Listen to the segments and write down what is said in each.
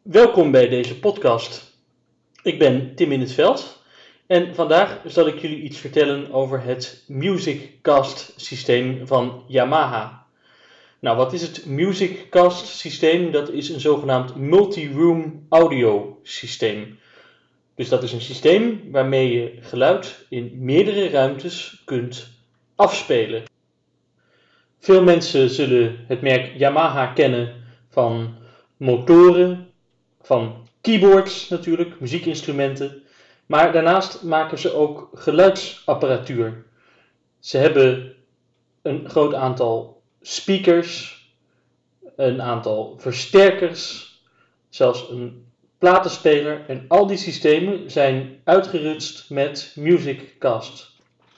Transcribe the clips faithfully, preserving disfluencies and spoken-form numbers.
Welkom bij deze podcast. Ik ben Tim in het Veld en vandaag zal ik jullie iets vertellen over het MusicCast systeem van Yamaha. Nou, wat is het MusicCast systeem? Dat is een zogenaamd multi-room audio systeem. Dus dat is een systeem waarmee je geluid in meerdere ruimtes kunt afspelen. Veel mensen zullen het merk Yamaha kennen van motoren, van keyboards natuurlijk, muziekinstrumenten. Maar daarnaast maken ze ook geluidsapparatuur. Ze hebben een groot aantal speakers, een aantal versterkers, zelfs een platenspeler. En al die systemen zijn uitgerust met MusicCast.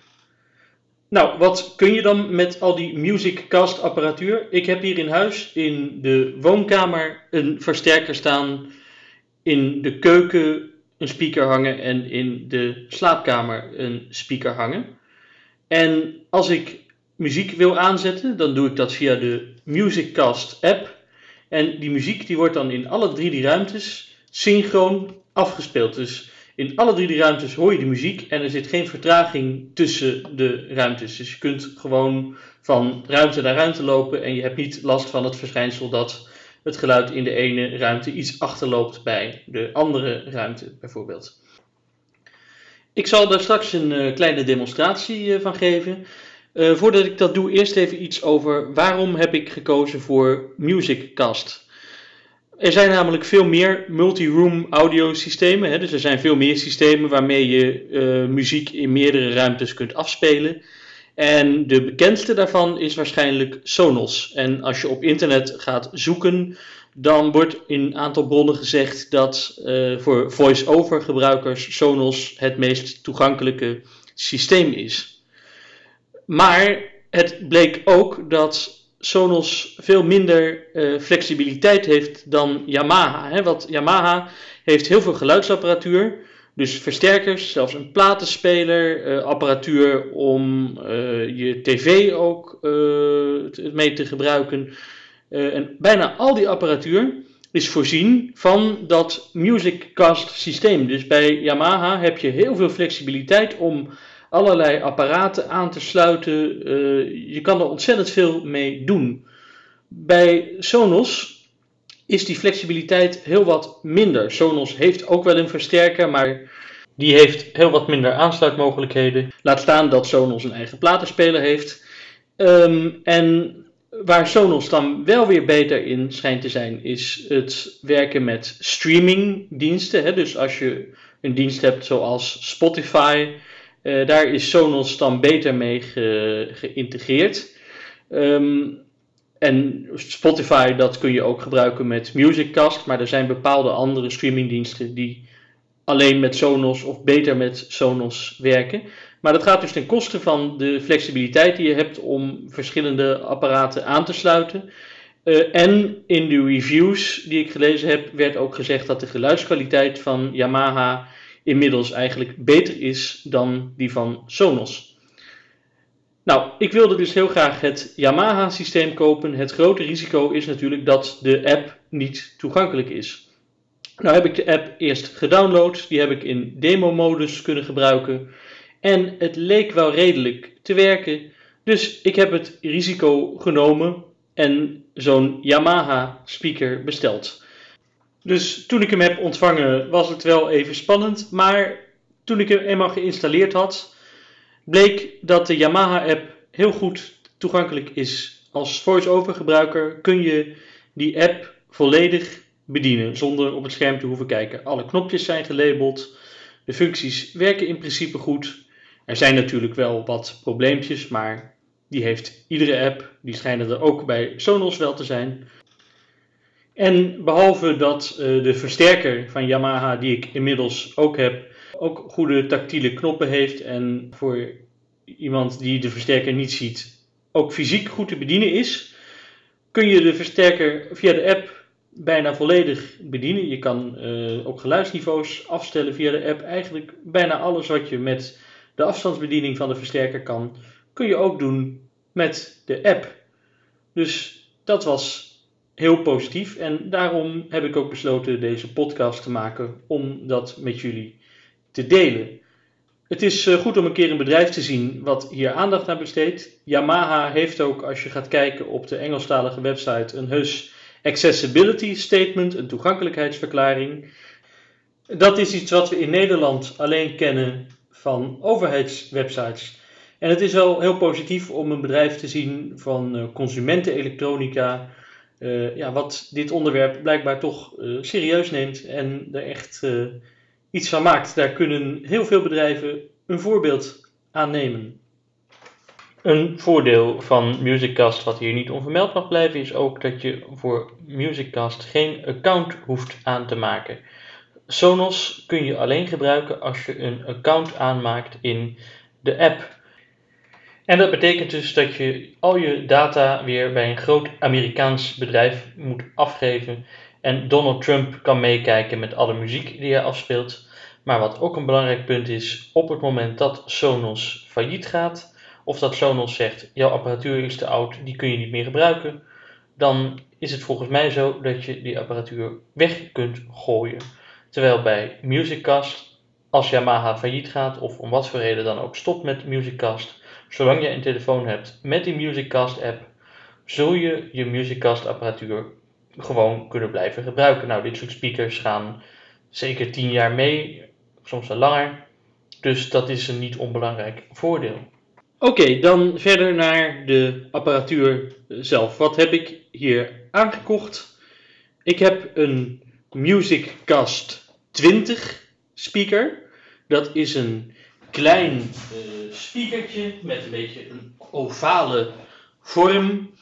Nou, wat kun je dan met al die MusicCast apparatuur? Ik heb hier in huis in de woonkamer een versterker staan, in de keuken een speaker hangen en in de slaapkamer een speaker hangen. En als ik muziek wil aanzetten, dan doe ik dat via de MusicCast app. En die muziek die wordt dan in alle drie die ruimtes synchroon afgespeeld. Dus in alle drie die ruimtes hoor je de muziek en er zit geen vertraging tussen de ruimtes. Dus je kunt gewoon van ruimte naar ruimte lopen en je hebt niet last van het verschijnsel dat het geluid in de ene ruimte iets achterloopt bij de andere ruimte bijvoorbeeld. Ik zal daar straks een uh, kleine demonstratie uh, van geven. Uh, voordat ik dat doe, eerst even iets over waarom heb ik gekozen voor MusicCast. Er zijn namelijk veel meer multi-room audio systemen. Hè? Dus er zijn veel meer systemen waarmee je uh, muziek in meerdere ruimtes kunt afspelen. En de bekendste daarvan is waarschijnlijk Sonos. En als je op internet gaat zoeken, dan wordt in een aantal bronnen gezegd dat uh, voor voice-over gebruikers Sonos het meest toegankelijke systeem is. Maar het bleek ook dat Sonos veel minder uh, flexibiliteit heeft dan Yamaha. Hè? Want Yamaha heeft heel veel geluidsapparatuur, dus versterkers, zelfs een platenspeler, uh, apparatuur om uh, je tv ook uh, mee te gebruiken. Uh, en bijna al die apparatuur is voorzien van dat MusicCast systeem. Dus bij Yamaha heb je heel veel flexibiliteit om allerlei apparaten aan te sluiten. Uh, je kan er ontzettend veel mee doen. Bij Sonos is die flexibiliteit heel wat minder. Sonos heeft ook wel een versterker, maar die heeft heel wat minder aansluitmogelijkheden. Laat staan dat Sonos een eigen platenspeler heeft. Um, en waar Sonos dan wel weer beter in schijnt te zijn, is het werken met streamingdiensten. Hè? Dus als je een dienst hebt zoals Spotify, Uh, daar is Sonos dan beter mee ge, geïntegreerd. Um, en Spotify, dat kun je ook gebruiken met MusicCast, maar er zijn bepaalde andere streamingdiensten die alleen met Sonos of beter met Sonos werken. Maar dat gaat dus ten koste van de flexibiliteit die je hebt om verschillende apparaten aan te sluiten. Uh, en in de reviews die ik gelezen heb, werd ook gezegd dat de geluidskwaliteit van Yamaha inmiddels eigenlijk beter is dan die van Sonos. Nou, ik wilde dus heel graag het Yamaha systeem kopen. Het grote risico is natuurlijk dat de app niet toegankelijk is. Nou heb ik de app eerst gedownload, die heb ik in demo-modus kunnen gebruiken. En het leek wel redelijk te werken, dus ik heb het risico genomen en zo'n Yamaha speaker besteld. Dus toen ik hem heb ontvangen was het wel even spannend, maar toen ik hem eenmaal geïnstalleerd had, bleek dat de Yamaha app heel goed toegankelijk is. Als voice-over gebruiker kun je die app volledig bedienen zonder op het scherm te hoeven kijken. Alle knopjes zijn gelabeld, de functies werken in principe goed. Er zijn natuurlijk wel wat probleempjes, maar die heeft iedere app, die schijnen er ook bij Sonos wel te zijn. En behalve dat uh, de versterker van Yamaha, die ik inmiddels ook heb, ook goede tactiele knoppen heeft en voor iemand die de versterker niet ziet, ook fysiek goed te bedienen is, kun je de versterker via de app bijna volledig bedienen. Je kan uh, ook geluidsniveaus afstellen via de app. Eigenlijk bijna alles wat je met de afstandsbediening van de versterker kan, kun je ook doen met de app. Dus dat was heel positief en daarom heb ik ook besloten deze podcast te maken om dat met jullie te delen. Het is goed om een keer een bedrijf te zien wat hier aandacht aan besteedt. Yamaha heeft ook, als je gaat kijken op de Engelstalige website, een heus accessibility statement, een toegankelijkheidsverklaring. Dat is iets wat we in Nederland alleen kennen van overheidswebsites. En het is wel heel positief om een bedrijf te zien van consumentenelektronica, uh, ja, wat dit onderwerp blijkbaar toch uh, serieus neemt en er echt uh, iets van maakt. Daar kunnen heel veel bedrijven een voorbeeld aan nemen. Een voordeel van Musiccast wat hier niet onvermeld mag blijven is ook dat je voor Musiccast geen account hoeft aan te maken. Sonos kun je alleen gebruiken als je een account aanmaakt in de app. En dat betekent dus dat je al je data weer bij een groot Amerikaans bedrijf moet afgeven en Donald Trump kan meekijken met alle muziek die hij afspeelt. Maar wat ook een belangrijk punt is, op het moment dat Sonos failliet gaat, of dat Sonos zegt, jouw apparatuur is te oud, die kun je niet meer gebruiken, dan is het volgens mij zo dat je die apparatuur weg kunt gooien. Terwijl bij Musiccast, als Yamaha failliet gaat of om wat voor reden dan ook stopt met Musiccast, zolang je een telefoon hebt met die Musiccast app, zul je je Musiccast apparatuur gewoon kunnen blijven gebruiken. Nou, dit soort speakers gaan zeker tien jaar mee, soms wel langer. Dus dat is een niet onbelangrijk voordeel. Oké, okay, dan verder naar de apparatuur zelf. Wat heb ik hier aangekocht? Ik heb een Musiccast twintig speaker. Dat is een klein uh, speakertje met een beetje een ovale vorm.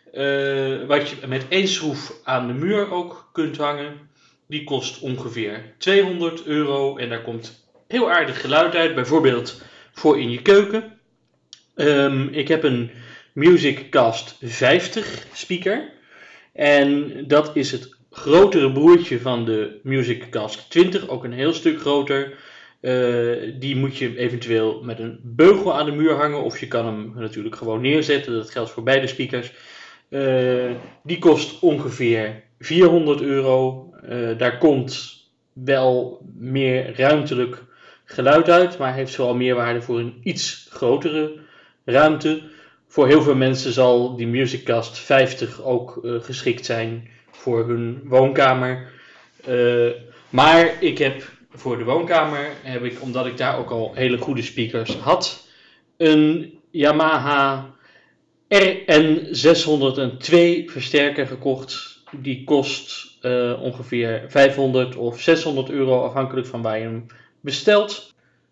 Uh, wat je met één schroef aan de muur ook kunt hangen. Die kost ongeveer tweehonderd euro en daar komt heel aardig geluid uit. Bijvoorbeeld voor in je keuken. Um, ik heb een Musiccast vijftig speaker. En dat is het grotere broertje van de Musiccast twintig, ook een heel stuk groter. Uh, die moet je eventueel met een beugel aan de muur hangen, of je kan hem natuurlijk gewoon neerzetten. Dat geldt voor beide speakers. Uh, die kost ongeveer vierhonderd euro. Uh, daar komt wel meer ruimtelijk geluid uit, maar heeft vooral meerwaarde voor een iets grotere ruimte. Voor heel veel mensen zal die Musiccast vijftig ook uh, geschikt zijn voor hun woonkamer. Uh, maar ik heb voor de woonkamer, heb ik, omdat ik daar ook al hele goede speakers had, een Yamaha R N zeshonderdtwee versterker gekocht. Die kost uh, ongeveer vijfhonderd of zeshonderd euro afhankelijk van waar je hem bestelt.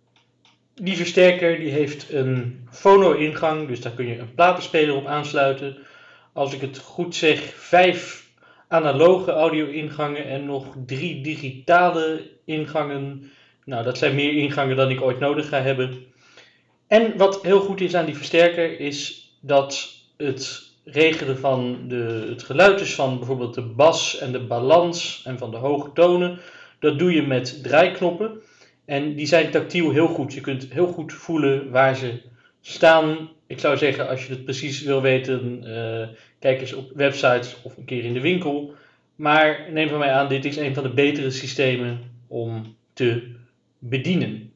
Die versterker die heeft een fono-ingang, dus daar kun je een platenspeler op aansluiten. Als ik het goed zeg, vijf analoge audio-ingangen en nog drie digitale ingangen. Nou, dat zijn meer ingangen dan ik ooit nodig ga hebben. En wat heel goed is aan die versterker is dat het regelen van de, het geluid dus van bijvoorbeeld de bas en de balans en van de hoge tonen, dat doe je met draaiknoppen. En die zijn tactiel heel goed. Je kunt heel goed voelen waar ze staan. Ik zou zeggen, als je het precies wil weten, uh, kijk eens op websites of een keer in de winkel. Maar neem van mij aan, dit is een van de betere systemen om te bedienen.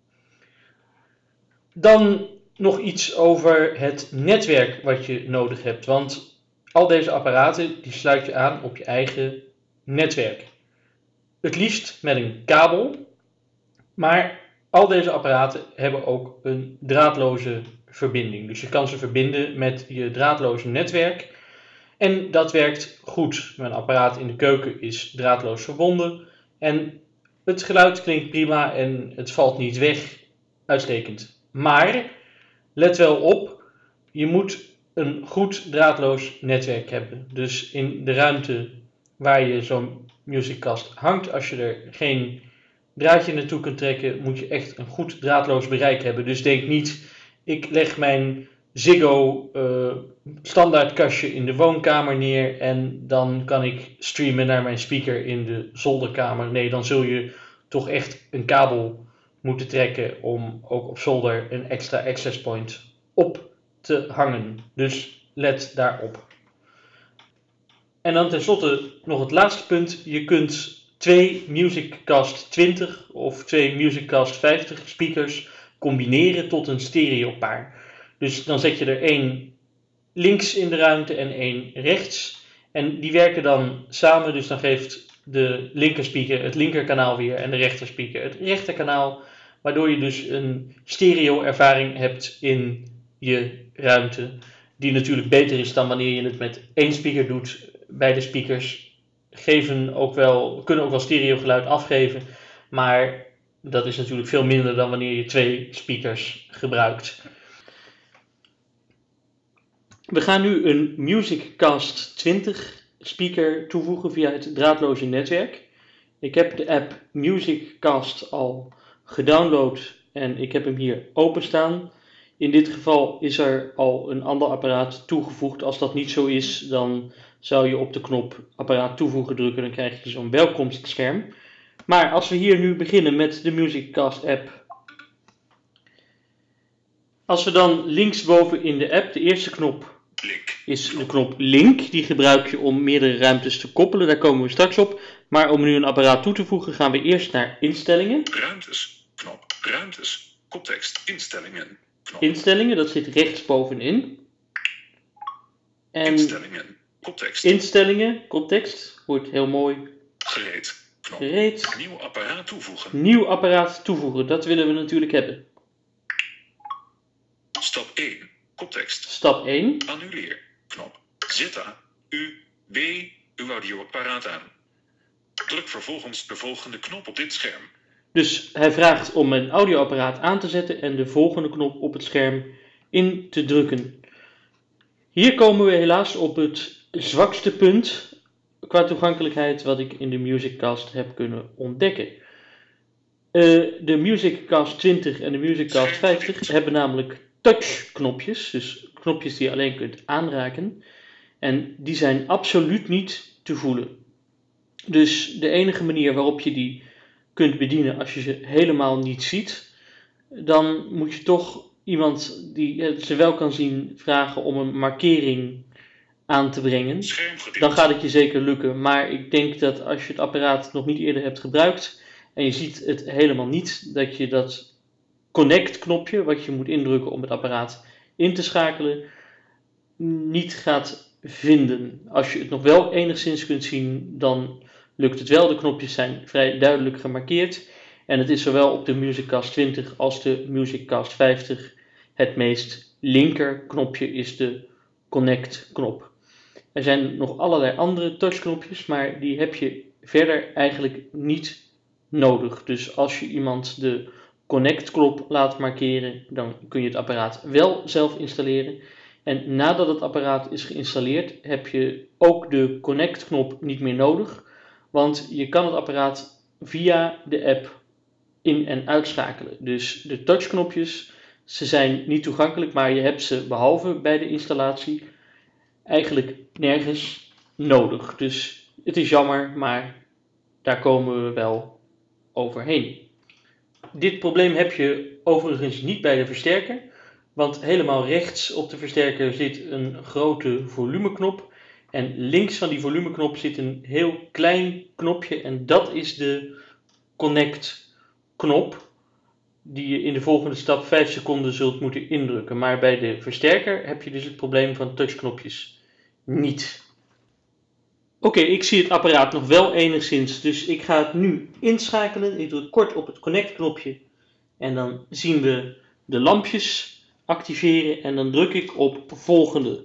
Dan nog iets over het netwerk wat je nodig hebt. Want al deze apparaten die sluit je aan op je eigen netwerk. Het liefst met een kabel. Maar al deze apparaten hebben ook een draadloze verbinding. Dus je kan ze verbinden met je draadloze netwerk. En dat werkt goed. Mijn apparaat in de keuken is draadloos verbonden. En het geluid klinkt prima en het valt niet weg. Uitstekend. Maar let wel op, je moet een goed draadloos netwerk hebben. Dus in de ruimte waar je zo'n Musiccast hangt, als je er geen draadje naartoe kunt trekken, moet je echt een goed draadloos bereik hebben. Dus denk niet, ik leg mijn Ziggo uh, standaardkastje in de woonkamer neer en dan kan ik streamen naar mijn speaker in de zolderkamer. Nee, dan zul je toch echt een kabel moeten trekken om ook op zolder een extra access point op te hangen. Dus let daarop. En dan tenslotte nog het laatste punt. Je kunt twee MusicCast twintig of twee MusicCast vijftig speakers combineren tot een stereopaar. Dus dan zet je er één links in de ruimte en één rechts. En die werken dan samen, dus dan geeft de linkerspeaker het linkerkanaal weer en de rechterspeaker het rechterkanaal. Waardoor je dus een stereo-ervaring hebt in je ruimte. Die natuurlijk beter is dan wanneer je het met één speaker doet. Beide speakers geven ook wel, kunnen ook wel stereogeluid afgeven. Maar dat is natuurlijk veel minder dan wanneer je twee speakers gebruikt. We gaan nu een MusicCast twintig speaker toevoegen via het draadloze netwerk. Ik heb de app MusicCast al gedownload en ik heb hem hier openstaan. In dit geval is er al een ander apparaat toegevoegd. Als dat niet zo is, dan zou je op de knop apparaat toevoegen drukken. Dan krijg je zo'n welkomstscherm. Maar als we hier nu beginnen met de MusicCast app. Als we dan linksboven in de app, de eerste knop is de knop Link. Die gebruik je om meerdere ruimtes te koppelen. Daar komen we straks op. Maar om nu een apparaat toe te voegen gaan we eerst naar Instellingen. Ruimtes, knop, ruimtes, koptekst, instellingen, knop. Instellingen, dat zit rechtsbovenin. En Instellingen, koptekst. Instellingen, koptekst, wordt heel mooi. Gereed, knop. Gereed. Nieuw apparaat toevoegen. Nieuw apparaat toevoegen, dat willen we natuurlijk hebben. Stap één, koptekst. Stap één. Annuleer, knop. Z A, U, B, uw audioapparaat aan. Druk vervolgens de volgende knop op dit scherm. Dus hij vraagt om een audioapparaat aan te zetten en de volgende knop op het scherm in te drukken. Hier komen we helaas op het zwakste punt qua toegankelijkheid wat ik in de MusicCast heb kunnen ontdekken. Uh, de MusicCast twintig en de MusicCast vijftig hebben namelijk touchknopjes, dus knopjes die je alleen kunt aanraken. En die zijn absoluut niet te voelen. Dus de enige manier waarop je die kunt bedienen als je ze helemaal niet ziet, dan moet je toch iemand die ze wel kan zien vragen om een markering aan te brengen. Dan gaat het je zeker lukken. Maar ik denk dat als je het apparaat nog niet eerder hebt gebruikt en je ziet het helemaal niet, dat je dat connect knopje, wat je moet indrukken om het apparaat in te schakelen, niet gaat vinden. Als je het nog wel enigszins kunt zien, dan lukt het wel. De knopjes zijn vrij duidelijk gemarkeerd. En het is zowel op de MusicCast twintig als de MusicCast vijftig het meest linker knopje is de connect knop. Er zijn nog allerlei andere touchknopjes, maar die heb je verder eigenlijk niet nodig. Dus als je iemand de connect knop laat markeren, dan kun je het apparaat wel zelf installeren. En nadat het apparaat is geïnstalleerd, heb je ook de connect knop niet meer nodig. Want je kan het apparaat via de app in- en uitschakelen. Dus de touchknopjes, ze zijn niet toegankelijk, maar je hebt ze behalve bij de installatie eigenlijk nergens nodig. Dus het is jammer, maar daar komen we wel overheen. Dit probleem heb je overigens niet bij de versterker, want helemaal rechts op de versterker zit een grote volumeknop. En links van die volumeknop zit een heel klein knopje en dat is de connect knop, die je in de volgende stap vijf seconden zult moeten indrukken. Maar bij de versterker heb je dus het probleem van touchknopjes niet. Oké, okay, ik zie het apparaat nog wel enigszins, dus ik ga het nu inschakelen. Ik druk kort op het connect knopje en dan zien we de lampjes activeren en dan druk ik op volgende.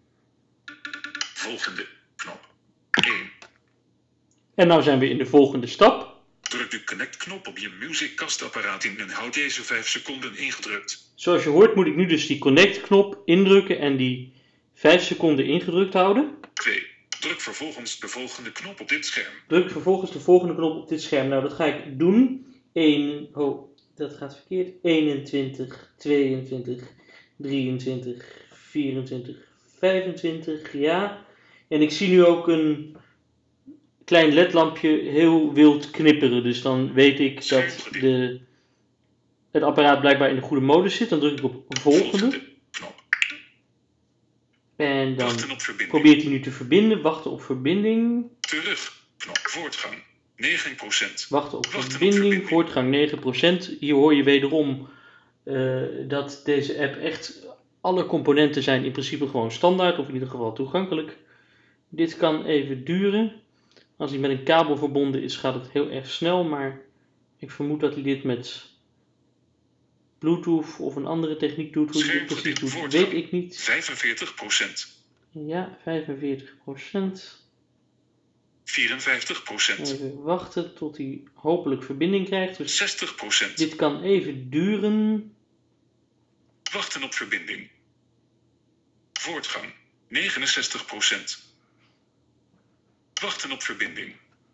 Volgende knop één. En nou zijn we in de volgende stap. Druk de connect knop op je MusicCast apparaat in en houd deze vijf seconden ingedrukt. Zoals je hoort moet ik nu dus die connect knop indrukken en die vijf seconden ingedrukt houden. twee. Druk vervolgens de volgende knop op dit scherm. Druk vervolgens de volgende knop op dit scherm. Nou, dat ga ik doen. één, oh, dat gaat verkeerd. eenentwintig, tweeëntwintig, drieëntwintig, vierentwintig, vijfentwintig, ja. En ik zie nu ook een klein ledlampje heel wild knipperen. Dus dan weet ik dat de, het apparaat blijkbaar in de goede modus zit. Dan druk ik op volgende. Volgende knop. En dan Wachten op verbinding. probeert hij nu te verbinden. Wachten op verbinding. Terug. Knop. Voortgang. negen procent. Wachten op Wachten op verbinding. verbinding. Voortgang negen procent. Hier hoor je wederom uh, dat deze app echt... Alle componenten zijn in principe gewoon standaard. Of in ieder geval toegankelijk. Dit kan even duren. Als hij met een kabel verbonden is, gaat het heel erg snel. Maar ik vermoed dat hij dit met Bluetooth of een andere techniek doet. Hoe hij dit precies doet, Voortgang. weet ik niet. vijfenveertig procent. Ja, vijfenveertig procent. vierenvijftig procent. Even wachten tot hij hopelijk verbinding krijgt. Dus zestig procent. dit kan even duren. Wachten op verbinding. Voortgang. negenenzestig procent. Wachten op verbinding.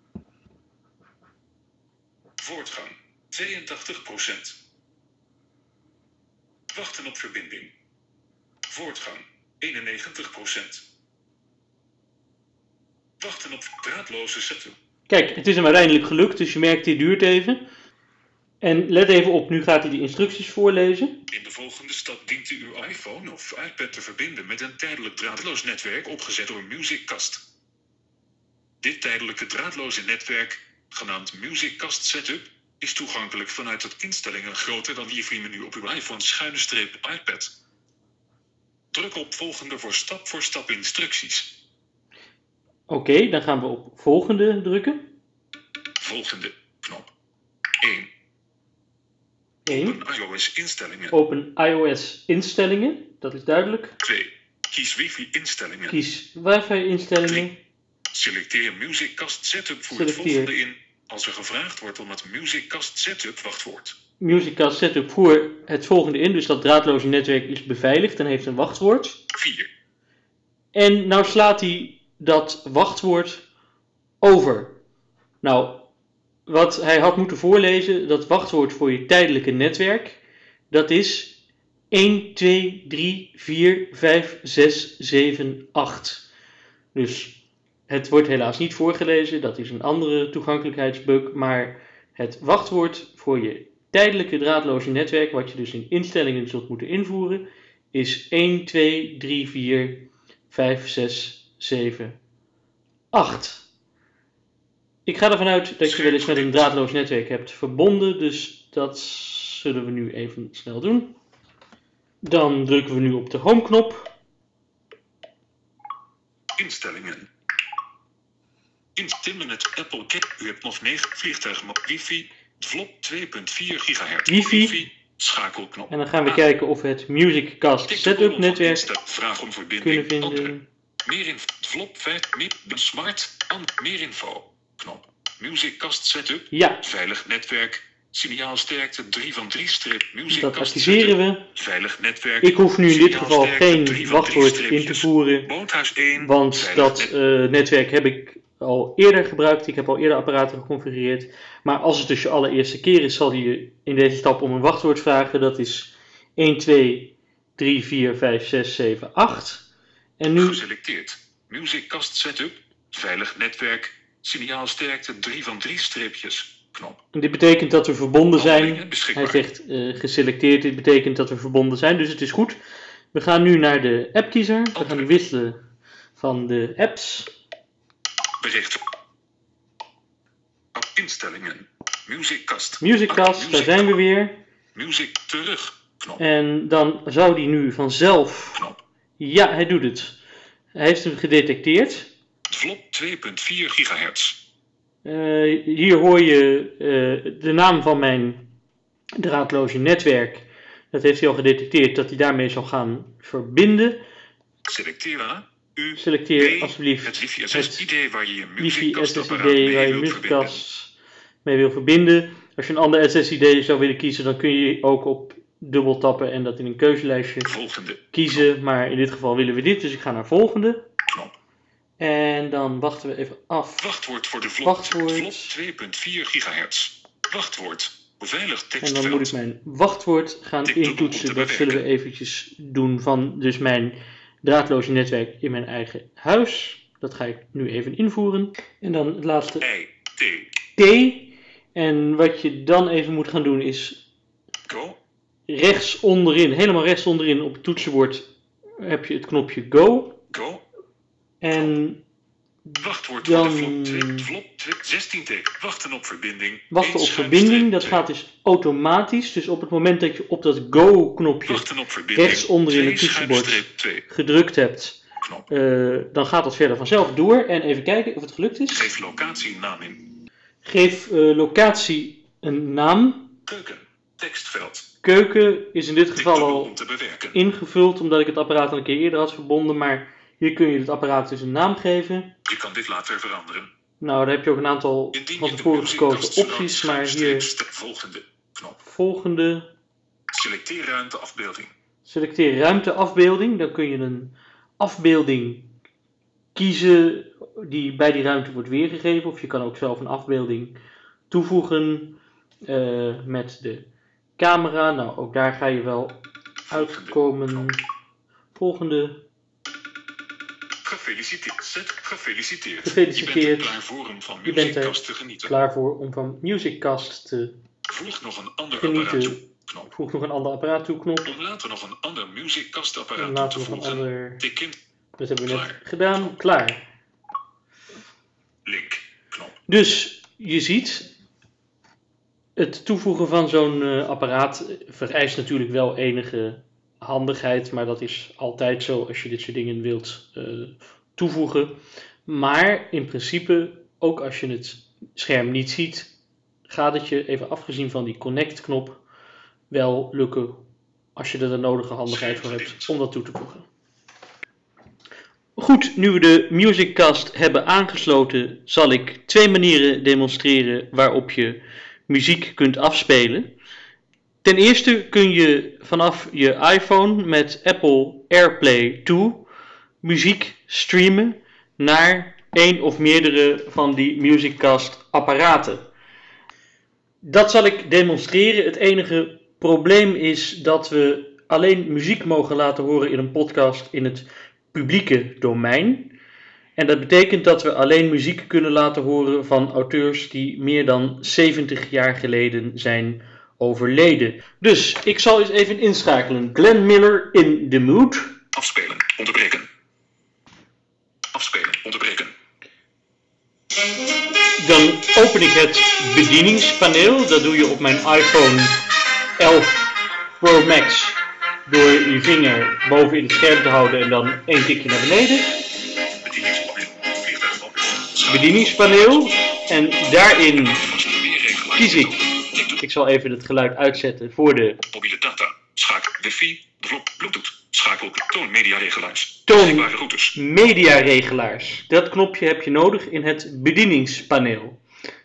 Voortgang. tweeëntachtig procent. Wachten op verbinding. Voortgang. eenennegentig procent. Wachten op draadloze setup. Kijk, het is hem uiteindelijk gelukt, dus je merkt dit duurt even. En let even op, nu gaat hij de instructies voorlezen. In de volgende stap dient u uw iPhone of iPad te verbinden met een tijdelijk draadloos netwerk opgezet door MusicCast. Dit tijdelijke draadloze netwerk, genaamd MusicCast Setup, is toegankelijk vanuit het instellingen groter dan wifi-menu op uw iPhone-iPad. Druk op volgende voor stap-voor-stap instructies. Oké, okay, dan gaan we op volgende drukken. Volgende knop. één. één. Open iOS instellingen. Open iOS instellingen, dat is duidelijk. twee. Kies wifi instellingen. Kies wifi instellingen. drie. Selecteer MusicCast Setup voor Selecteer. het volgende in, als er gevraagd wordt om het MusicCast Setup wachtwoord. MusicCast Setup voor het volgende in, dus dat draadloze netwerk is beveiligd en heeft een wachtwoord. vier. En nou slaat hij dat wachtwoord over. Nou, wat hij had moeten voorlezen, dat wachtwoord voor je tijdelijke netwerk, dat is een, twee, drie, vier, vijf, zes, zeven, acht. Dus het wordt helaas niet voorgelezen, dat is een andere toegankelijkheidsbug, maar het wachtwoord voor je tijdelijke draadloze netwerk, wat je dus in instellingen zult moeten invoeren, is een, twee, drie, vier, vijf, zes, zeven, acht. Ik ga ervan uit dat je wel eens met een draadloos netwerk hebt verbonden, dus dat zullen we nu even snel doen. Dan drukken we nu op de home knop. Instellingen. Instillen het Apple Kit. U hebt nog negen vliegtuigen wifi. V L O P twee komma vier gigahertz. Wifi. Wifi. Schakelknop. En dan gaan we kijken of we het MusicCast Setup netwerk Vraag om verbinding. kunnen Andere. vinden. Meer info. V L O P vijf. Meer. Smart. An. Meer info. Knop. MusicCast Setup. Ja, Veilig netwerk. Signaalsterkte drie van drie strip. dat MusicCast activeren we. Veilig netwerk. Ik hoef nu in dit geval Signaalsterkte drie geen van drie wachtwoord in te stripjes. voeren, Woonhuis één. want Veilig dat net- uh, netwerk heb ik al eerder gebruikt. Ik heb al eerder apparaten geconfigureerd. Maar als het dus je allereerste keer is, zal hij je in deze stap om een wachtwoord vragen. Dat is een, twee, drie, vier, vijf, zes, zeven, acht. En nu, Geselecteerd. MusicCast Setup. Veilig netwerk. Signaalsterkte drie van drie streepjes. Knop. dit betekent dat we verbonden zijn. Handelingen Hij beschikbaar. zegt uh, geselecteerd, dit betekent dat we verbonden zijn, dus het is goed. We gaan nu naar de appkiezer. We gaan nu wisselen van de apps. Bericht. App instellingen. MusicCast. MusicCast, daar Music. zijn we weer. Music terug. Knop. En dan zou die nu vanzelf... Knop. Ja, hij doet het. Hij heeft hem gedetecteerd. V L O P twee komma vier gigahertz. Uh, hier hoor je uh, de naam van mijn draadloze netwerk. Dat heeft hij al gedetecteerd dat hij daarmee zal gaan verbinden. Selecteer A. U. Selecteer B. alsjeblieft Het wifi het S S I D waar je je wifi MusicCast S S I D apparaat mee waar je wilt verbinden. MusicCast mee wil verbinden. Als je een ander S S I D zou willen kiezen, dan kun je ook op dubbel tappen en dat in een keuzelijstje Volgende. kiezen. Maar in dit geval willen we dit, dus ik ga naar volgende. Knop. En dan wachten we even af. Wachtwoord voor de V L O P. Wachtwoord. V L O P twee komma vier gigahertz. Wachtwoord. Beveiligd En dan moet tekstveld. ik mijn wachtwoord gaan Tik dubbel om intoetsen. te Dat zullen we bewerken. eventjes doen van dus mijn draadloze netwerk in mijn eigen huis. Dat ga ik nu even invoeren. En dan het laatste I. T. T. En wat je dan even moet gaan doen is Go. rechts onderin, helemaal rechts onderin op het toetsenbord heb je het knopje Go. Go. En Wachtwoord dan... voor de vlop, twik, vlop, twik, zestien teken. Wachten op verbinding. Wachten één op schuinstreep, verbinding, dat twee. gaat dus automatisch. Dus op het moment dat je op dat go-knopje Wachten op verbinding. rechtsonder in twee het toetsenbord schuinstreep, twee. gedrukt hebt, Knop. uh, dan gaat dat verder vanzelf door. En even kijken of het gelukt is. Geef locatie naam in. Geef uh, locatie een naam. Keuken. Tekstveld. Keuken is in dit geval al om te bewerken. ingevuld, omdat ik het apparaat al een keer eerder had verbonden. Maar hier kun je het apparaat dus een naam geven. Je kan dit later veranderen. Nou, daar heb je ook een aantal Indien van je de tevoren gekozen muziekkast opties. sloot, Maar schuinstreep, hier step volgende. Knop. volgende. Selecteer ruimte afbeelding. Selecteer ruimte afbeelding. Dan kun je een afbeelding kiezen die bij die ruimte wordt weergegeven. Of je kan ook zelf een afbeelding toevoegen uh, met de camera. Nou, ook daar ga je wel uitkomen. Volgende. Gefeliciteerd. Zet gefeliciteerd. Gefeliciteerd. Je bent er klaar voor om van Je bent er Musiccast te genieten. klaar voor om van Musiccast te Voeg nog een ander apparaat toe. genieten. Knop. Voeg nog een ander apparaat toe knop. Om later nog een ander Musiccast En apparaat toe laten te we nog een voegen. ander... Tik in. Dat hebben we net Klaar. gedaan. Klaar. Link. Knop. Dus je ziet, het toevoegen van zo'n uh, apparaat vereist natuurlijk wel enige handigheid, maar dat is altijd zo als je dit soort dingen wilt uh, toevoegen. Maar in principe, ook als je het scherm niet ziet, gaat het je, even afgezien van die connect knop, wel lukken als je er de nodige handigheid voor hebt om dat toe te voegen. Goed, nu we de Musiccast hebben aangesloten, zal ik twee manieren demonstreren waarop je muziek kunt afspelen. Ten eerste kun je vanaf je iPhone met Apple AirPlay twee muziek streamen naar één of meerdere van die Musiccast apparaten. Dat zal ik demonstreren. Het enige probleem is dat we alleen muziek mogen laten horen in een podcast in het publieke domein. En dat betekent dat we alleen muziek kunnen laten horen van auteurs die meer dan zeventig jaar geleden zijn overleden. Dus ik zal eens even inschakelen. Glenn Miller in The Mood. Afspelen. Onderbreken. Afspelen. Onderbreken. Dan open ik het bedieningspaneel. Dat doe je op mijn iPhone elf Pro Max. Door je vinger boven in het scherm te houden en dan één tikje naar beneden. Bedieningspaneel. En daarin kies ik. Ik zal even het geluid uitzetten voor de mobiele data. Schakel wifi. Bluetooth. Schakel toonmediaregelaars. toon routes. mediaregelaars. Dat knopje heb je nodig in het bedieningspaneel.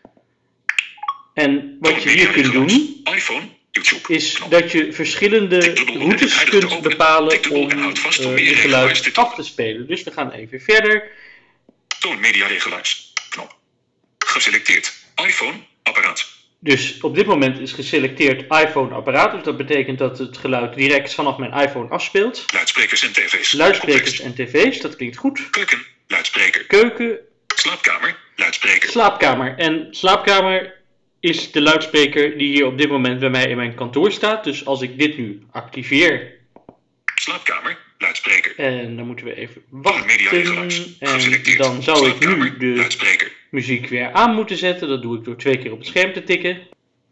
En wat je hier kunt doen iPhone, YouTube, is knop. dat je verschillende routes kunt bepalen om uh, je geluid af te spelen. Dus we gaan even verder. Toonmediaregelaars. Knop. Geselecteerd. iPhone, apparaat. Dus op dit moment is geselecteerd iPhone apparaat. Dus dat betekent dat het geluid direct vanaf mijn iPhone afspeelt. Luidsprekers en tv's. Luidsprekers en tv's, dat klinkt goed. Keuken, luidspreker. Keuken. Slaapkamer, luidspreker. Slaapkamer. En slaapkamer is de luidspreker die hier op dit moment bij mij in mijn kantoor staat. Dus als ik dit nu activeer. Slaapkamer, luidspreker. En dan moeten we even wachten. Mediaregelaars. En dan zou ik nu de luidspreker. muziek weer aan moeten zetten. Dat doe ik door twee keer op het scherm te tikken.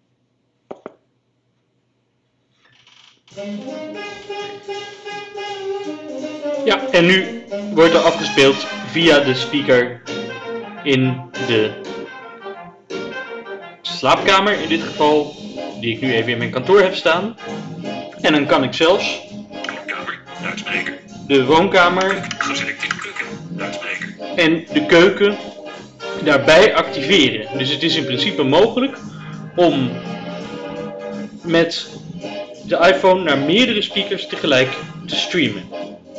Ja, en nu wordt er afgespeeld via de speaker in de slaapkamer in dit geval, die ik nu even in mijn kantoor heb staan. En dan kan ik zelfs Woonkamer, luidspreker. de woonkamer Geselecteerd keuken, luidspreker. en de keuken daarbij activeren. Dus het is in principe mogelijk om met de iPhone naar meerdere speakers tegelijk te streamen.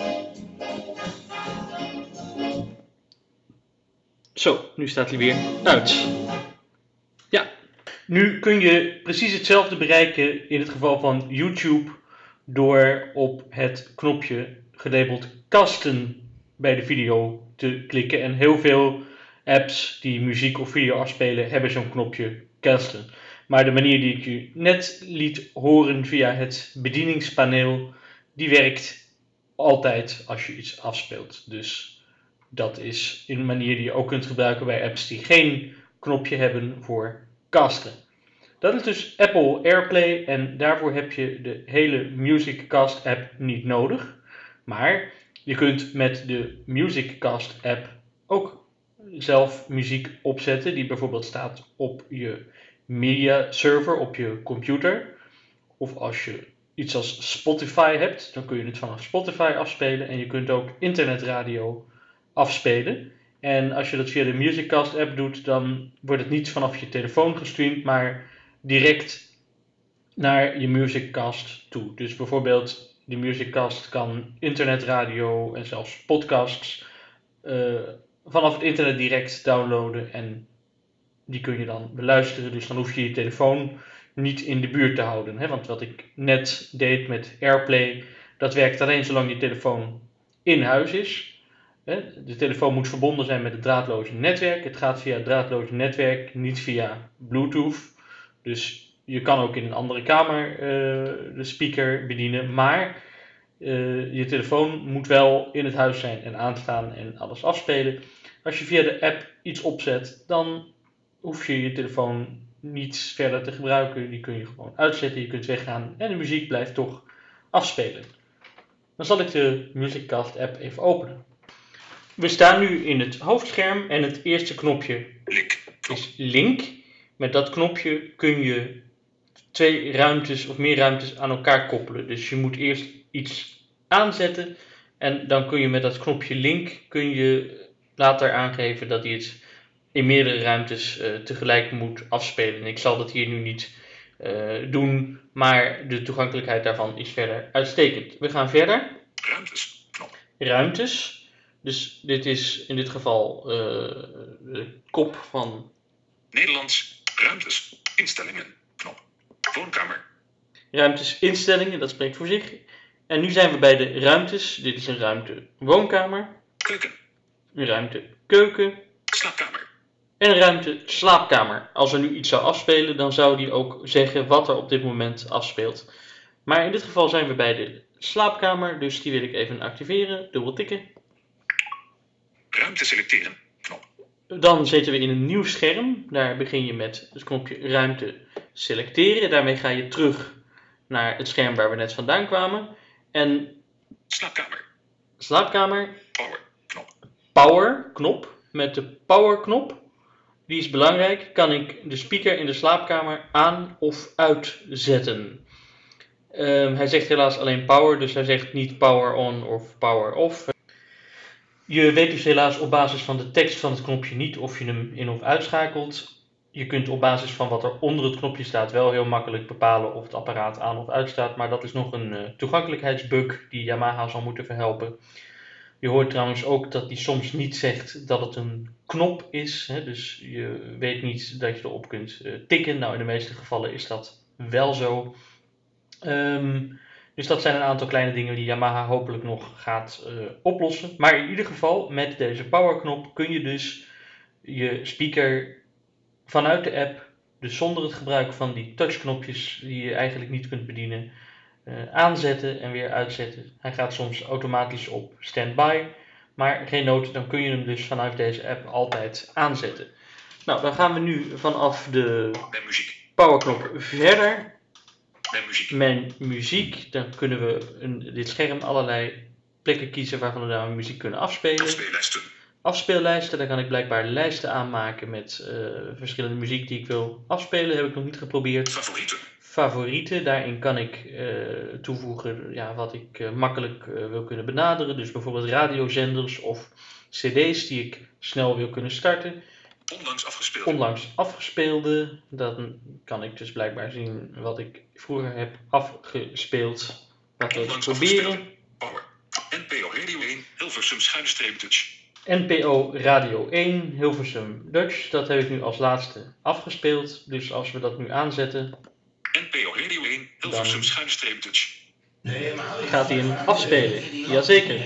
Zo, nu staat hij weer uit. Ja, nu kun je precies hetzelfde bereiken in het geval van YouTube door op het knopje gelabeld kasten bij de video te klikken. En heel veel apps die muziek of video afspelen hebben zo'n knopje kasten. Maar de manier die ik je net liet horen via het bedieningspaneel, die werkt altijd als je iets afspeelt. Dus dat is een manier die je ook kunt gebruiken bij apps die geen knopje hebben voor casten. Dat is dus Apple AirPlay en daarvoor heb je de hele Musiccast app niet nodig. Maar je kunt met de Musiccast app ook zelf muziek opzetten die bijvoorbeeld staat op je media server op je computer. Of als je iets als Spotify hebt, dan kun je het vanaf Spotify afspelen en je kunt ook internetradio afspelen. En als je dat via de Musiccast app doet, dan wordt het niet vanaf je telefoon gestreamd, maar direct naar je Musiccast toe. Dus bijvoorbeeld de Musiccast kan internetradio en zelfs podcasts uh, vanaf het internet direct downloaden en die kun je dan beluisteren. Dus dan hoef je je telefoon niet in de buurt te houden. Hè? Want wat ik net deed met AirPlay, dat werkt alleen zolang je telefoon in huis is. Hè? De telefoon moet verbonden zijn met het draadloze netwerk. Het gaat via het draadloze netwerk, niet via Bluetooth. Dus je kan ook in een andere kamer uh, de speaker bedienen. Maar uh, je telefoon moet wel in het huis zijn en aanstaan en alles afspelen. Als je via de app iets opzet, dan hoef je je telefoon niet verder te gebruiken. Die kun je gewoon uitzetten, je kunt weggaan en de muziek blijft toch afspelen. Dan zal ik de Musiccast app even openen. We staan nu in het hoofdscherm en het eerste knopje Link. is link. Met dat knopje kun je twee ruimtes of meer ruimtes aan elkaar koppelen. Dus je moet eerst iets aanzetten en dan kun je met dat knopje link kun je later aangeven dat hij het in meerdere ruimtes uh, tegelijk moet afspelen. Ik zal dat hier nu niet uh, doen, maar de toegankelijkheid daarvan is verder uitstekend. We gaan verder. Ruimtes. Knop. Ruimtes. Dus dit is in dit geval uh, de kop van Nederlands. Ruimtes. Instellingen. Knop. Woonkamer. Ruimtes instellingen, dat spreekt voor zich. En nu zijn we bij de ruimtes. Dit is een ruimte woonkamer. Keuken. Een ruimte keuken. Slaapkamer. En een ruimte slaapkamer. Als er nu iets zou afspelen, dan zou die ook zeggen wat er op dit moment afspeelt. Maar in dit geval zijn we bij de slaapkamer, dus die wil ik even activeren. Dubbel tikken. Ruimte selecteren. Knop. Dan zitten we in een nieuw scherm. Daar begin je met het knopje ruimte selecteren. Daarmee ga je terug naar het scherm waar we net vandaan kwamen. En Slaapkamer. slaapkamer. Power. Knop. Power knop. Met de power knop, die is belangrijk, kan ik de speaker in de slaapkamer aan of uitzetten. Um, hij zegt helaas alleen power, dus hij zegt niet power on of power off. Je weet dus helaas op basis van de tekst van het knopje niet of je hem in of uitschakelt. Je kunt op basis van wat er onder het knopje staat wel heel makkelijk bepalen of het apparaat aan of uitstaat. Maar dat is nog een uh, toegankelijkheidsbug die Yamaha zal moeten verhelpen. Je hoort trouwens ook dat die soms niet zegt dat het een knop is. Hè? Dus je weet niet dat je erop kunt uh, tikken. Nou, in de meeste gevallen is dat wel zo. Um, dus dat zijn een aantal kleine dingen die Yamaha hopelijk nog gaat uh, oplossen. Maar in ieder geval, met deze powerknop kun je dus je speaker vanuit de app, dus zonder het gebruik van die touchknopjes die je eigenlijk niet kunt bedienen, uh, aanzetten en weer uitzetten. Hij gaat soms automatisch op standby, maar geen nood, dan kun je hem dus vanuit deze app altijd aanzetten. Nou, dan gaan we nu vanaf de powerknop verder. Mijn muziek. Mijn muziek, dan kunnen we een, dit scherm allerlei plekken kiezen waarvan we daar muziek kunnen afspelen. Afspeellijsten. Afspeellijsten, daar kan ik blijkbaar lijsten aanmaken met uh, verschillende muziek die ik wil afspelen. Heb ik nog niet geprobeerd. Favorieten. Favorieten, daarin kan ik uh, toevoegen ja, wat ik uh, makkelijk uh, wil kunnen benaderen. Dus bijvoorbeeld radiozenders of cd's die ik snel wil kunnen starten. Onlangs afgespeeld. Onlangs afgespeelde, dan kan ik dus blijkbaar zien wat ik vroeger heb afgespeeld. Laten we het proberen. Power. N P O Radio één, Hilversum schuine streep Dutch. N P O Radio één, Hilversum Dutch. Dat heb ik nu als laatste afgespeeld. Dus als we dat nu aanzetten. N P O Radio één, Hilversum schuine streep Dutch. Gaat hij hem afspelen? Jazeker.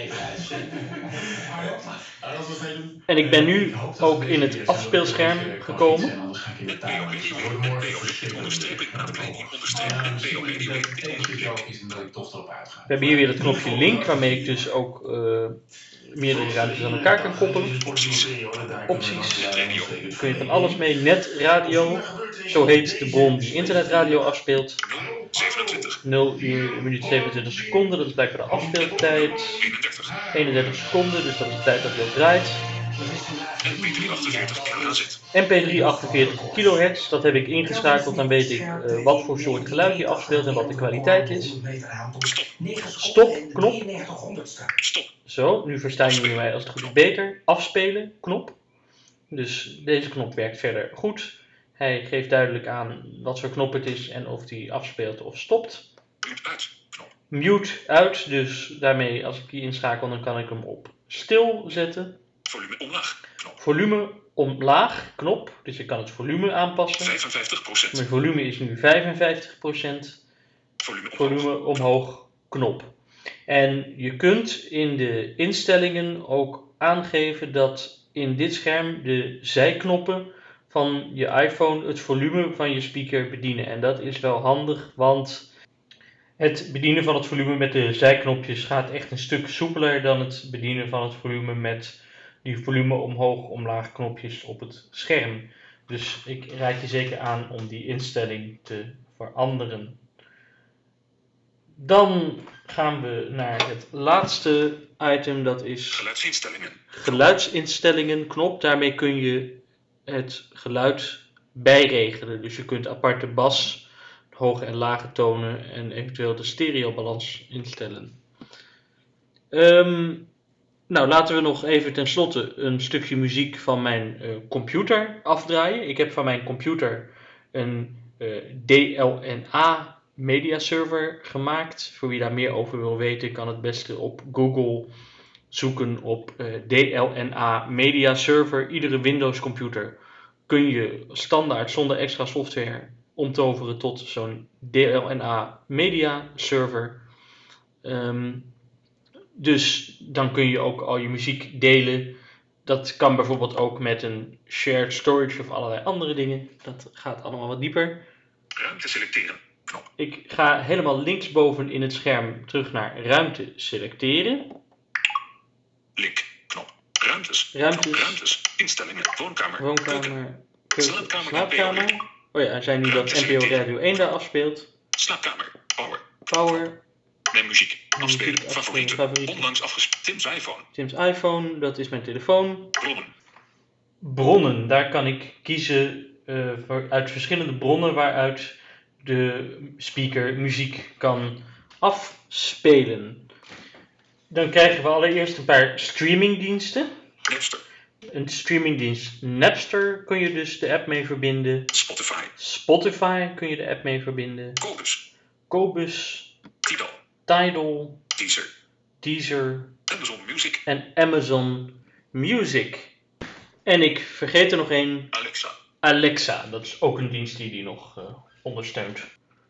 En ik ben nu ook in het afspeelscherm gekomen. N P O Radio N P O dit onderstreeping aankleding onderstreeping N P O Radio dit onderstreeping. We hebben hier weer het knopje link, waarmee ik dus ook uh, meerdere ruimtes aan elkaar kan koppelen. Opties. Opties. Radio. Daar kun je van alles mee. Netradio. Zo heet de bron die internetradio afspeelt. nul zevenentwintig. nul uur, minuut zevenentwintig seconden. Dat is blijkbaar de afspeeltijd. eenendertig. eenendertig seconden, dus dat is de tijd dat hij al draait. N P drie achtenveertig kilohertz. M P drie achtenveertig kilohertz, dat heb ik ingeschakeld. Dan weet ik uh, wat voor soort geluid die afspeelt en wat de kwaliteit is. Stop, knop. Stop. Zo, nu verstaan jullie mij als het goed is beter. Afspelen, knop. Dus deze knop werkt verder goed. Hij geeft duidelijk aan wat voor knop het is en of die afspeelt of stopt. Mute uit. Knop. Mute uit, dus daarmee als ik die inschakel dan kan ik hem op stil zetten. Volume omlaag. Knop. Volume omlaag, knop. Dus je kan het volume aanpassen. vijfenvijftig procent. Mijn volume is nu vijfenvijftig procent. Volume omhoog. Volume omhoog, knop. En je kunt in de instellingen ook aangeven dat in dit scherm de zijknoppen van je iPhone het volume van je speaker bedienen. En dat is wel handig, want het bedienen van het volume met de zijknopjes gaat echt een stuk soepeler dan het bedienen van het volume met die volume omhoog, omlaag knopjes op het scherm. Dus ik raad je zeker aan om die instelling te veranderen. Dan gaan we naar het laatste item, dat is Geluidsinstellingen. geluidsinstellingen knop. Daarmee kun je het geluid bijregelen. Dus je kunt aparte bas, hoge en lage tonen en eventueel de stereobalans instellen. Um, nou, laten we nog even tenslotte een stukje muziek van mijn uh, computer afdraaien. Ik heb van mijn computer een uh, D L N A media server gemaakt. Voor wie daar meer over wil weten, kan het beste op Google zoeken op uh, D L N A media server. Iedere Windows computer kun je standaard zonder extra software omtoveren tot zo'n D L N A media server. Um, dus dan kun je ook al je muziek delen. Dat kan bijvoorbeeld ook met een shared storage of allerlei andere dingen. Dat gaat allemaal wat dieper. Ruimte selecteren. Knop. Ik ga helemaal linksboven in het scherm terug naar ruimte selecteren. Link. Knop. Ruimtes. Ruimtes. Knop. Ruimtes. Instellingen. Woonkamer. Keuken. Woonkamer, keuken, Slaapkamer, slaapkamer. N P O. Oh ja, er zijn nu dat N P O Radio één daar afspeelt. Slaapkamer. Power. Power. Mijn muziek. Afspelen. Muziek afspelen, Favorieten. favorieten. Onlangs afgespeeld. Tim's iPhone. Tim's iPhone, dat is mijn telefoon. Bronnen. Bronnen, daar kan ik kiezen uh, voor, uit verschillende bronnen waaruit de speaker muziek kan afspelen. Dan krijgen we allereerst een paar streamingdiensten. Napster. Een streamingdienst Napster kun je dus de app mee verbinden. Spotify. Spotify kun je de app mee verbinden. Qobuz. Qobuz, Tidal. Tidal, Deezer. Deezer Amazon Music. en Amazon Music. En ik vergeet er nog één. Alexa. Alexa, dat is ook een dienst die die nog uh, ondersteunt.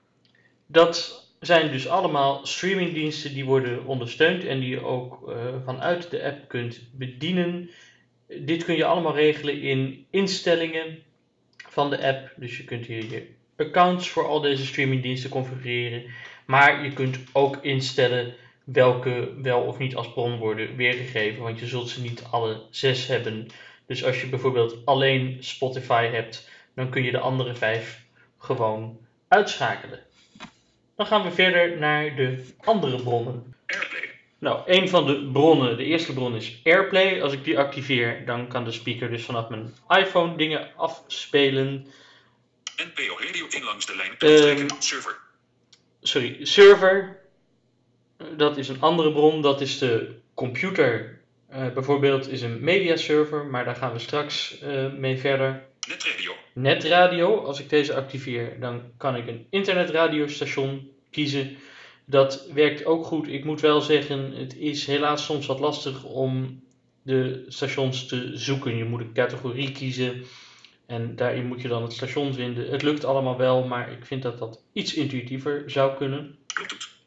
Dat zijn dus allemaal streamingdiensten die worden ondersteund en die je ook uh, vanuit de app kunt bedienen. Dit kun je allemaal regelen in instellingen van de app. Dus je kunt hier je accounts voor al deze streamingdiensten configureren. Maar je kunt ook instellen welke wel of niet als bron worden weergegeven. Want je zult ze niet alle zes hebben. Dus als je bijvoorbeeld alleen Spotify hebt, dan kun je de andere vijf gewoon uitschakelen. Dan gaan we verder naar de andere bronnen. Airplay. Nou, een van de bronnen, de eerste bron is Airplay. Als ik die activeer, dan kan de speaker dus vanaf mijn iPhone dingen afspelen. N P O Radio in langs de lijn. Um, server. Sorry, server. Dat is een andere bron, dat is de computer. Uh, bijvoorbeeld is een media server, maar daar gaan we straks uh, mee verder. Netradio. Netradio, als ik deze activeer, dan kan ik een internetradiostation kiezen. Dat werkt ook goed. Ik moet wel zeggen, het is helaas soms wat lastig om de stations te zoeken. Je moet een categorie kiezen en daarin moet je dan het station vinden. Het lukt allemaal wel, maar ik vind dat dat iets intuïtiever zou kunnen. Bluetooth.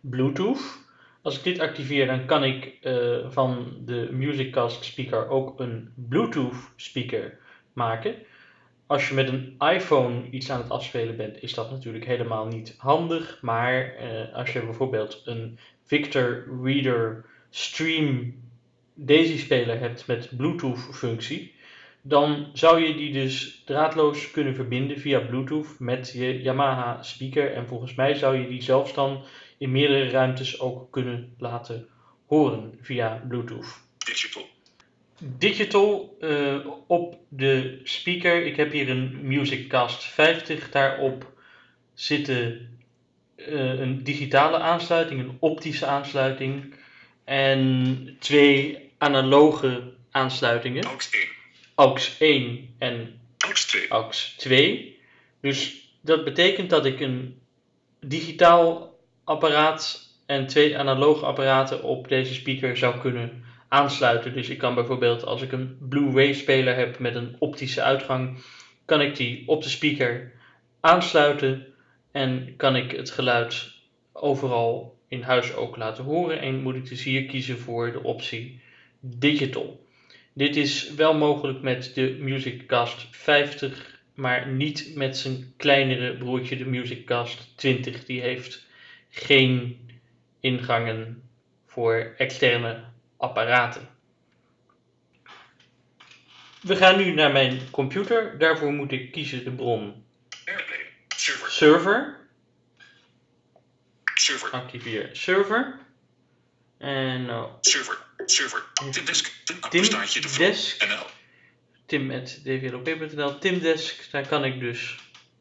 Bluetooth. Als ik dit activeer, dan kan ik uh, van de MusicCast speaker ook een Bluetooth speaker maken. Als je met een iPhone iets aan het afspelen bent, is dat natuurlijk helemaal niet handig. Maar uh, als je bijvoorbeeld een Victor Reader Stream Daisy speler hebt met Bluetooth functie, dan zou je die dus draadloos kunnen verbinden via Bluetooth met je Yamaha speaker. En volgens mij zou je die zelfs dan in meerdere ruimtes ook kunnen laten horen via Bluetooth. Digital. Digital uh, op de speaker. Ik heb hier een MusicCast vijftig. Daarop zitten uh, een digitale aansluiting, een optische aansluiting en twee analoge aansluitingen. aux één. aux één en aux twee. aux twee. Dus dat betekent dat ik een digitaal apparaat en twee analoge apparaten op deze speaker zou kunnen aansluiten. Dus ik kan bijvoorbeeld, als ik een Blu-ray speler heb met een optische uitgang, kan ik die op de speaker aansluiten en kan ik het geluid overal in huis ook laten horen. En moet ik dus hier kiezen voor de optie Digital. Dit is wel mogelijk met de MusicCast vijftig, maar niet met zijn kleinere broertje, de MusicCast twintig. Die heeft geen ingangen voor externe apparaten. We gaan nu naar mijn computer. Daarvoor moet ik kiezen de bron Airplay. Server. server. Server. Activeer server. En nou, Server. Server. Timdesk. Tim Tim Appenstaartje de Desk. N L. Tim at d v l o p punt n l. Timdesk. Daar kan ik dus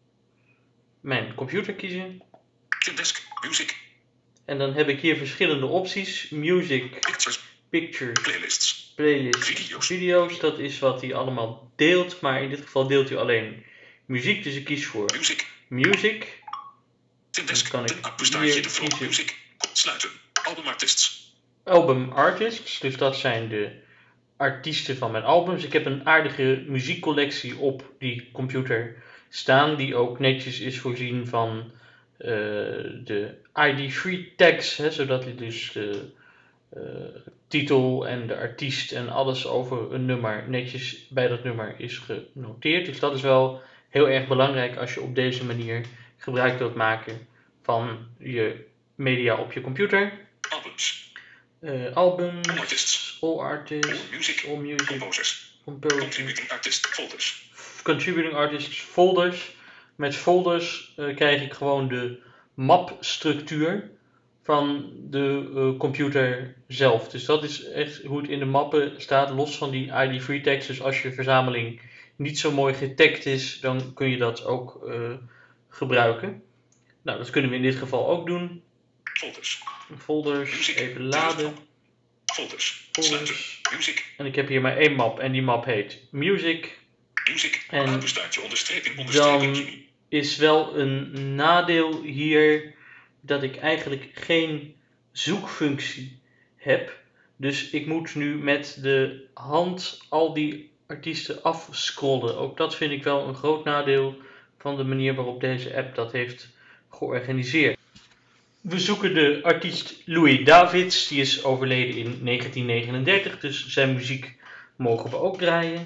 mijn computer kiezen. Timdesk. Music. En dan heb ik hier verschillende opties. Music, Pictures. pictures, Playlists. playlists, Video's. video's. Dat is wat hij allemaal deelt. Maar in dit geval deelt hij alleen muziek. Dus ik kies voor Music. music. Timdesk. Dan kan Tim ik Appenstaartje hier de Flow. kiezen. Music. Sluiten. Album artists. Album artists. Dus dat zijn de artiesten van mijn albums. Ik heb een aardige muziekcollectie op die computer staan. Die ook netjes is voorzien van uh, de I D-free tags. Hè, zodat je dus de uh, titel en de artiest en alles over een nummer netjes bij dat nummer is genoteerd. Dus dat is wel heel erg belangrijk als je op deze manier gebruik wilt maken van je media op je computer. Albums. Uh, albums, All artists. all artists, All music. all music, Composers. composers, Contributing artist folders. contributing artists, folders. Met folders uh, krijg ik gewoon de mapstructuur van de uh, computer zelf. Dus dat is echt hoe het in de mappen staat, los van die I D-free tags. Dus als je verzameling niet zo mooi getagd is, dan kun je dat ook uh, gebruiken. Nou, dat kunnen we in dit geval ook doen. Folders. Folders, Music. even laden. Folders. Folders. Sluiten. Music. En ik heb hier maar één map en die map heet Music. Music. En Apenstaartje onderstreping onderstreping. Dan is wel een nadeel hier dat ik eigenlijk geen zoekfunctie heb. Dus ik moet nu met de hand al die artiesten afscrollen. Ook dat vind ik wel een groot nadeel van de manier waarop deze app dat heeft georganiseerd. We zoeken de artiest Louis Davids. Die is overleden in negentien negenendertig. Dus zijn muziek mogen we ook draaien.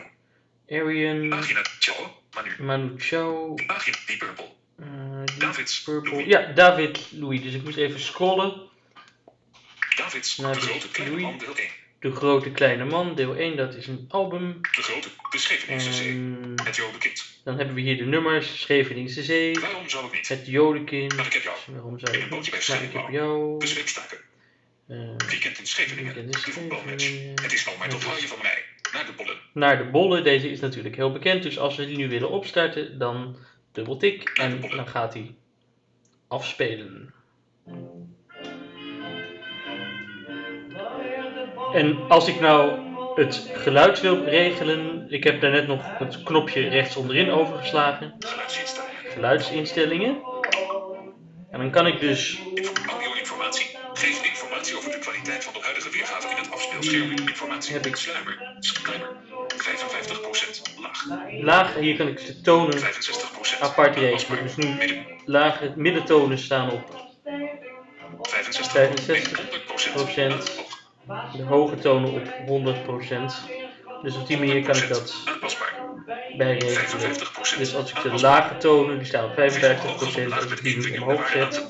Arian. Pagina. Ciao. Manu. Manu Chao. Pagina. Deep Purple. Uh, Deep Davids. Purple. Louis. Ja, David Louis. Dus ik moet even scrollen. Davids. Nou, De dus grote kleine Louis. man deel één. De Grote Kleine Man, deel één. Dat is een album. De grote. De Scheveningse Zee. En Het Jodenkind. dan hebben we hier de nummers. Scheveningse Zee. Waarom zou ik niet? Het Jodenkind. Maar ik heb jou. Waarom zou In ik een bootje bij niet? Maar ik heb Scheveningen. jou. De zweepstaken. Uh, Weekend in Scheveningen. Weekend in De voetbalmatch. Scheveningen. Het is al maar tot Het is- haaien van mij. Naar de bollen. naar de bollen. Deze is natuurlijk heel bekend. Dus als we die nu willen opstarten, dan dubbeltik. En dan gaat hij afspelen. En als ik nou het geluid wil regelen, ik heb daarnet nog het knopje rechts onderin overgeslagen. Geluidsinstellingen. Geluidsinstellingen. En dan kan ik dus Audio-informatie. Geef informatie over de kwaliteit van de huidige weergave in het afspeelscherm. Informatie. Heb ik. Sluimer. Sluimer. vijfenvijftig procent. Laag. laag, hier kan ik de tonen vijfenzestig procent. apart regelen. Dus nu lage middentonen staan op vijfenzestig procent. De hoge tonen op honderd procent. Dus op die manier kan ik dat bijregelen. Dus als ik de lage tonen, die staan op vijfenvijftig procent, als ik die nu omhoog zet.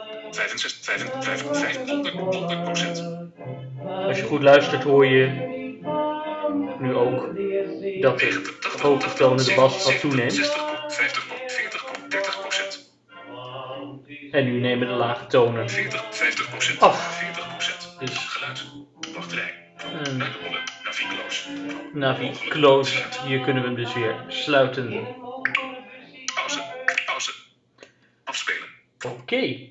honderd procent. Als je goed luistert hoor je nu ook dat de hoge tonen de bas wat toeneemt. vijftig, veertig, dertig procent. En nu nemen de lage tonen veertig, vijftig procent af. veertig procent. Dus geluid. Wachtrij. um, Naar de rollen. Navi close. Navi closed. Hier kunnen we hem dus weer sluiten. Pauze. Pauze. Afspelen. Oké. Okay.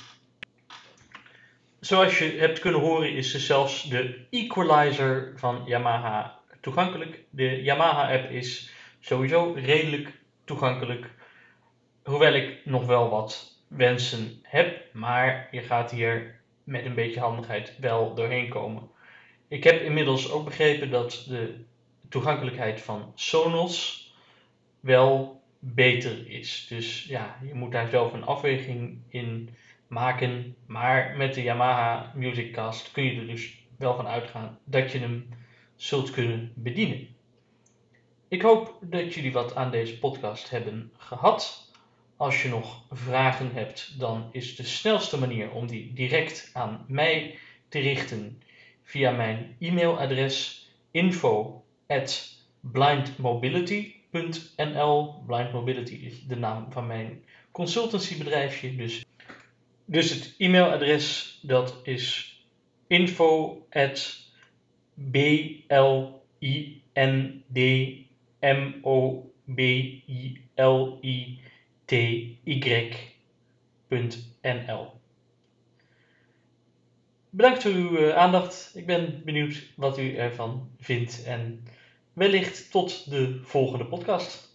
Zoals je hebt kunnen horen is er zelfs de equalizer van Yamaha toegankelijk. De Yamaha app is sowieso redelijk toegankelijk. Hoewel ik nog wel wat wensen heb, maar je gaat hier met een beetje handigheid wel doorheen komen. Ik heb inmiddels ook begrepen dat de toegankelijkheid van Sonos wel beter is. Dus ja, je moet daar zelf een afweging in maken. Maar met de Yamaha Music Cast kun je er dus wel van uitgaan dat je hem zult kunnen bedienen. Ik hoop dat jullie wat aan deze podcast hebben gehad. Als je nog vragen hebt, dan is de snelste manier om die direct aan mij te richten via mijn e-mailadres info at blindmobility punt n l. Blind Mobility is de naam van mijn consultancybedrijfje. Dus, dus het e-mailadres dat is info at blindmobility punt n l. Bedankt voor uw uh, aandacht. Ik ben benieuwd wat u ervan vindt en wellicht tot de volgende podcast.